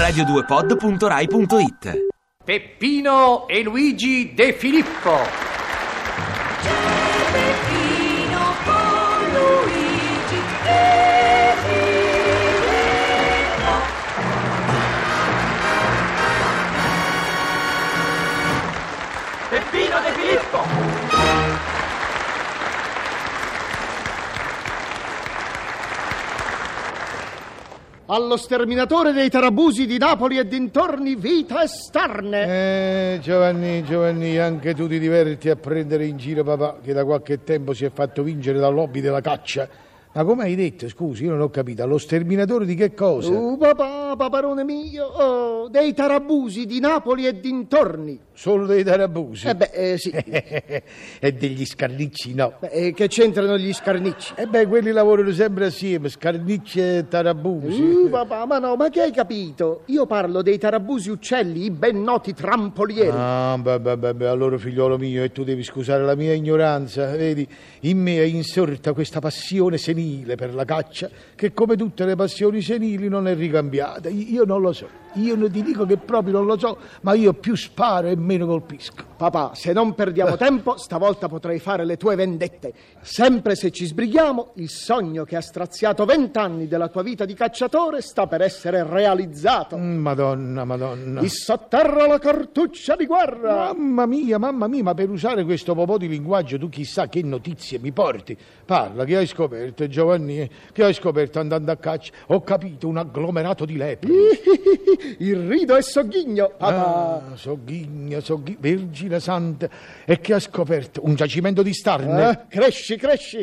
radio2pod.rai.it. Peppino e Luigi De Filippo. Peppino con Luigi De Filippo. Peppino De Filippo. Allo sterminatore dei tarabusi di Napoli e dintorni, vita e starne. Giovanni, anche tu ti diverti a prendere in giro papà, che da qualche tempo si è fatto vincere dal lobby della caccia. Ma come hai detto, scusi, io non ho capito, allo sterminatore di che cosa? Paparone mio, dei tarabusi di Napoli e dintorni. Solo dei tarabusi? Sì. E degli scarnicci no. Che c'entrano gli scarnicci? Quelli lavorano sempre assieme, scarnicci e tarabusi. Papà, ma che hai capito? Io parlo dei tarabusi uccelli, i ben noti trampolieri. Allora figliolo mio, e tu devi scusare la mia ignoranza, vedi, in me è insorta questa passione senile per la caccia, che come tutte le passioni senili non è ricambiata. Io non lo so, io non ti dico che proprio non lo so, ma io più sparo e meno colpisco. Papà, se non perdiamo tempo, stavolta potrei fare le tue vendette. Sempre se ci sbrighiamo, il sogno che ha straziato 20 anni della tua vita di cacciatore sta per essere realizzato. Madonna. Ti sotterra la cartuccia di guerra. Mamma mia, ma per usare questo po' di linguaggio tu chissà che notizie mi porti. Parla, che hai scoperto, Giovanni? Che hai scoperto andando a caccia? Ho capito, un agglomerato di lepri. Il rido e Sogghigno, papà. Sogghigno, Vergine Santa. E che ha scoperto? Un giacimento di starne? Cresci.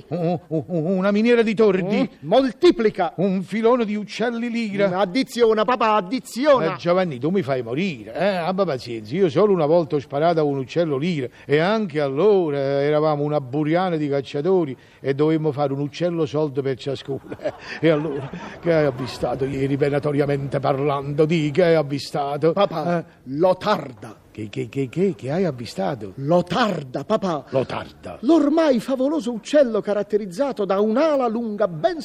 Una miniera di tordi? Moltiplica. Un filone di uccelli ligra? Addiziona, papà, addiziona. Giovanni, tu mi fai morire. Abba pazienza, io solo una volta ho sparato a un uccello ligra e anche allora eravamo una buriana di cacciatori e dovevamo fare un uccello soldo per ciascuno. E allora, che hai avvistato ieri, venatoriamente parlando? Che hai avvistato? Papà, Lotarda. Che hai avvistato? Lotarda, papà. Lotarda. L'ormai favoloso uccello caratterizzato da un'ala lunga ben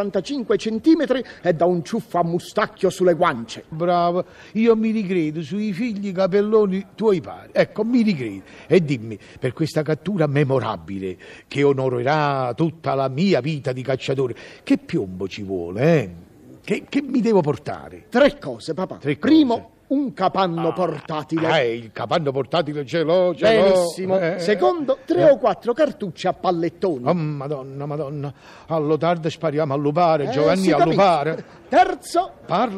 65 centimetri e da un ciuffo a mustacchio sulle guance. Bravo, io mi ricredo sui figli capelloni tuoi pari. Ecco, mi ricredo. E dimmi, per questa cattura memorabile che onorerà tutta la mia vita di cacciatore, che piombo ci vuole, Che mi devo portare? 3 cose, papà. Primo, un capanno portatile. Il capanno portatile ce l'ho. Benissimo. Secondo, 3 o 4 cartucce a pallettoni. Oh, Madonna. Allo tardi spariamo a lupare, Giovanni, a capisce. lupare. Terzo.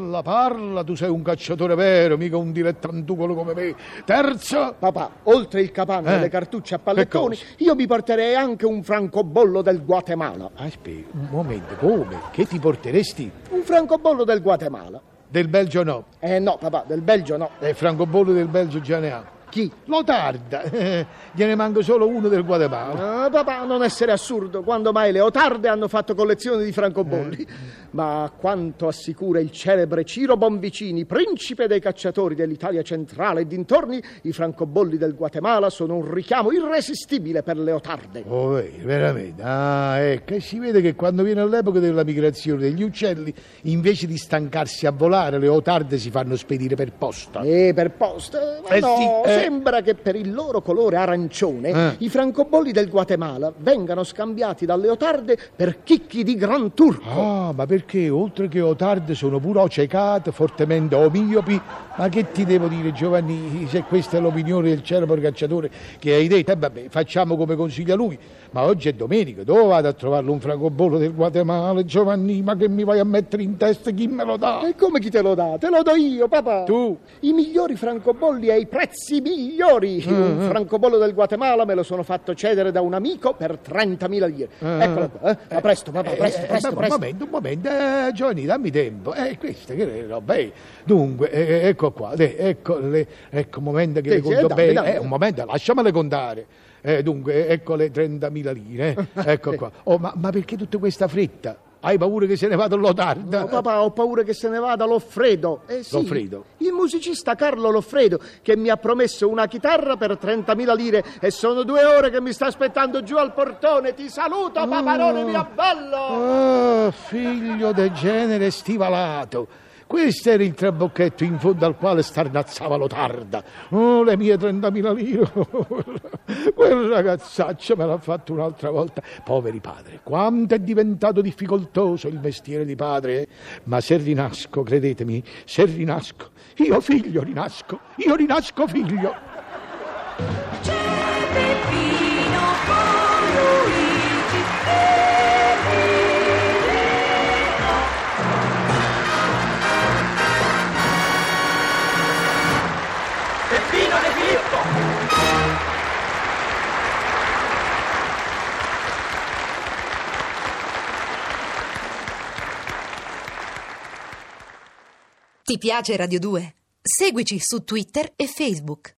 Parla, tu sei un cacciatore vero, mica un dilettantucolo come me. Terzo. Papà, oltre il capanno e le cartucce a pallettoni, io mi porterei anche un francobollo del Guatemala. Aspetta, un momento, come? Che ti porteresti? Un francobollo del Guatemala. Del Belgio no. No, papà, del Belgio no. Francobollo del Belgio già ne ha. Chi? Lotarda. Gliene manca solo uno del Guatemala. Papà, non essere assurdo. Quando mai le otarde hanno fatto collezione di francobolli? Ma quanto assicura il celebre Ciro Bonvicini, principe dei cacciatori dell'Italia centrale e dintorni, i francobolli del Guatemala sono un richiamo irresistibile per le otarde. Veramente? Ecco, e si vede che quando viene l'epoca della migrazione degli uccelli, invece di stancarsi a volare, le otarde si fanno spedire per posta. Per posta? Ma no, sembra che per il loro colore arancione i francobolli del Guatemala vengano scambiati dalle otarde per chicchi di Gran Turco. Ma perché oltre che otarde sono pure ocecate, fortemente omiopi? Ma che ti devo dire, Giovanni, se questa è l'opinione del celebre cacciatore che hai detto, facciamo come consiglia lui. Ma oggi è domenica, dove vado a trovarlo un francobollo del Guatemala, Giovanni? Ma che mi vai a mettere in testa, chi me lo dà? E come chi te lo dà? Te lo do io, papà. Tu? I migliori francobolli e i prezzi migliori. Un francobollo del Guatemala me lo sono fatto cedere da un amico per 30.000 lire. Eccolo qua. A presto, papà, presto. Un momento, Giovanni, dammi tempo. Queste che roba. Dunque, ecco qua, ecco un momento che le conto bene. Un momento, lasciamole contare. Dunque, ecco le 30.000 lire. Ecco qua. Ma perché tutta questa fretta? Hai paura che se ne vada Lotarda? No, papà, ho paura che se ne vada Loffredo. Sì, Loffredo? Il musicista Carlo Loffredo, che mi ha promesso una chitarra per 30.000 lire e sono 2 ore che mi sta aspettando giù al portone. Ti saluto, paparone mio bello! Figlio del genere stivalato. Questo era il trabocchetto in fondo al quale starnazzava l'otarda. Oh, le mie 30.000 lire. Quel ragazzaccio me l'ha fatto un'altra volta. Poveri padre, quanto è diventato difficoltoso il mestiere di padre. Ma se rinasco, credetemi, se rinasco, io figlio rinasco, io rinasco figlio. C'è Peppino con Luigi e Filippo. Peppino De Filippo! Ti piace Radio 2? Seguici su Twitter e Facebook.